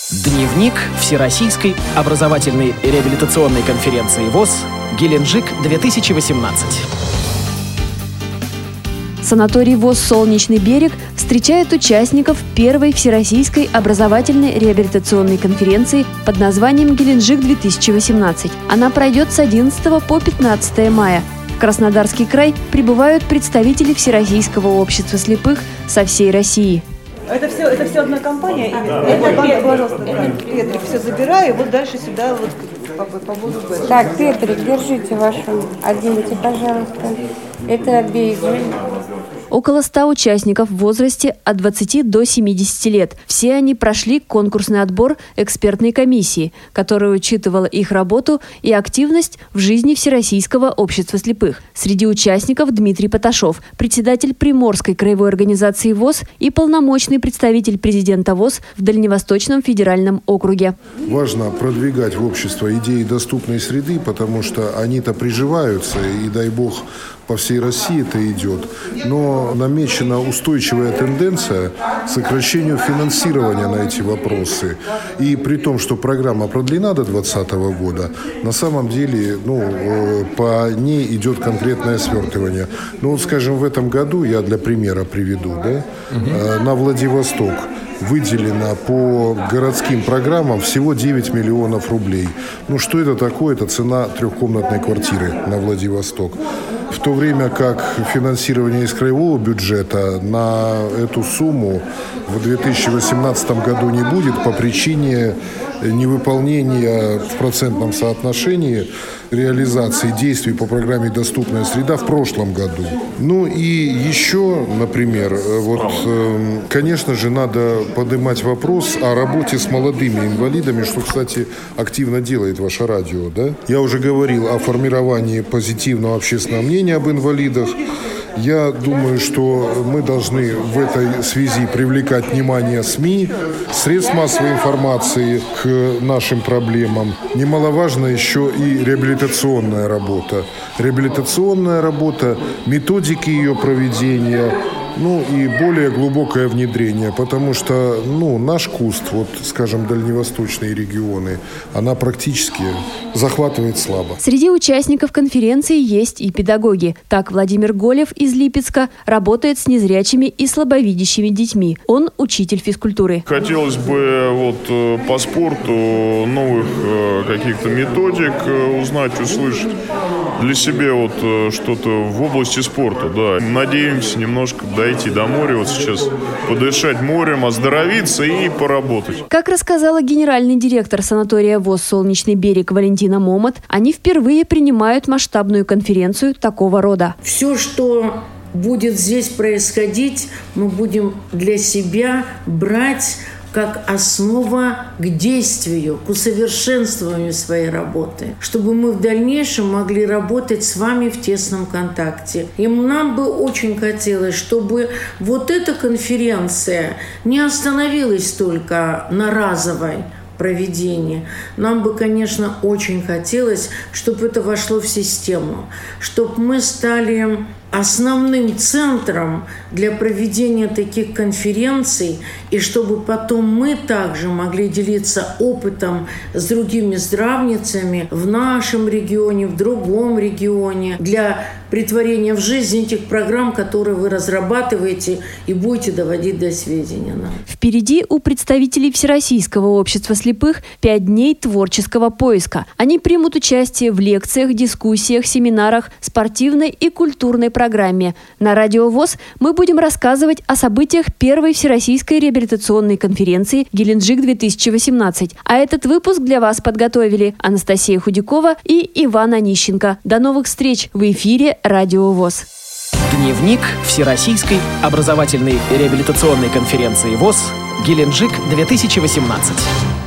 Дневник Всероссийской образовательной реабилитационной конференции ВОС «Геленджик-2018». Санаторий ВОС «Солнечный берег» встречает участников первой Всероссийской образовательной реабилитационной конференции под названием «Геленджик-2018». Она пройдет с 11 по 15 мая. В Краснодарский край прибывают представители Всероссийского общества слепых со всей России. Это все одна компания? Это, пожалуйста, Петрик, все забираю, вот дальше сюда вот побуду. Так, Петрик, держите вашу, оденьте, пожалуйста. Это бейджи. Около 100 участников в возрасте от 20 до 70 лет. Все они прошли конкурсный отбор экспертной комиссии, которая учитывала их работу и активность в жизни Всероссийского общества слепых. Среди участников Дмитрий Поташов, председатель Приморской краевой организации ВОС и полномочный представитель президента ВОС в Дальневосточном федеральном округе. Важно продвигать в общество идеи доступной среды, потому что они-то приживаются, и дай бог, по всей России это идет. Но намечена устойчивая тенденция к сокращению финансирования на эти вопросы. И при том, что программа продлена до 2020 года, на самом деле по ней идет конкретное свертывание. Скажем, в этом году, я для примера приведу, на Владивосток выделено по городским программам всего 9 миллионов рублей. Что это такое? Это цена трехкомнатной квартиры на Владивосток. В то время как финансирование из краевого бюджета на эту сумму в 2018 году не будет по причине невыполнения в процентном соотношении реализации действий по программе «Доступная среда» в прошлом году. И еще, например, конечно же, надо поднимать вопрос о работе с молодыми инвалидами, что, кстати, активно делает ваше радио. Я уже говорил о формировании позитивного общественного мнения об инвалидах. Я думаю, что мы должны в этой связи привлекать внимание СМИ, средств массовой информации к нашим проблемам. Немаловажна еще и реабилитационная работа. Реабилитационная работа, методики ее проведения, и более глубокое внедрение, потому что, наш куст, скажем, дальневосточные регионы, она практически захватывает слабо. Среди участников конференции есть и педагоги. Так, Владимир Голев из Липецка работает с незрячими и слабовидящими детьми. Он учитель физкультуры. Хотелось бы по спорту новых каких-то методик узнать, услышать для себя что-то в области спорта. Надеемся немножко дойти до моря, сейчас подышать морем, оздоровиться и поработать. Как рассказала генеральный директор санатория ВОС «Солнечный берег» Валентина Момот, они впервые принимают масштабную конференцию такого рода. Все, что будет здесь происходить, мы будем для себя брать как основа к действию, к усовершенствованию своей работы, чтобы мы в дальнейшем могли работать с вами в тесном контакте. И нам бы очень хотелось, чтобы эта конференция не остановилась только на разовой проведении. Нам бы, конечно, очень хотелось, чтобы это вошло в систему, чтобы мы стали основным центром для проведения таких конференций, и чтобы потом мы также могли делиться опытом с другими здравницами в нашем регионе, в другом регионе, для претворения в жизнь этих программ, которые вы разрабатываете и будете доводить до сведения нам. Впереди у представителей Всероссийского общества слепых 5 дней творческого поиска. Они примут участие в лекциях, дискуссиях, семинарах, спортивной и культурной программе. На радио ВОС мы будем рассказывать о событиях первой Всероссийской реабилитационной конференции «Геленджик-2018». А этот выпуск для вас подготовили Анастасия Худякова и Иван Онищенко. До новых встреч в эфире радио ВОС. Дневник Всероссийской образовательной реабилитационной конференции ВОС «Геленджик-2018».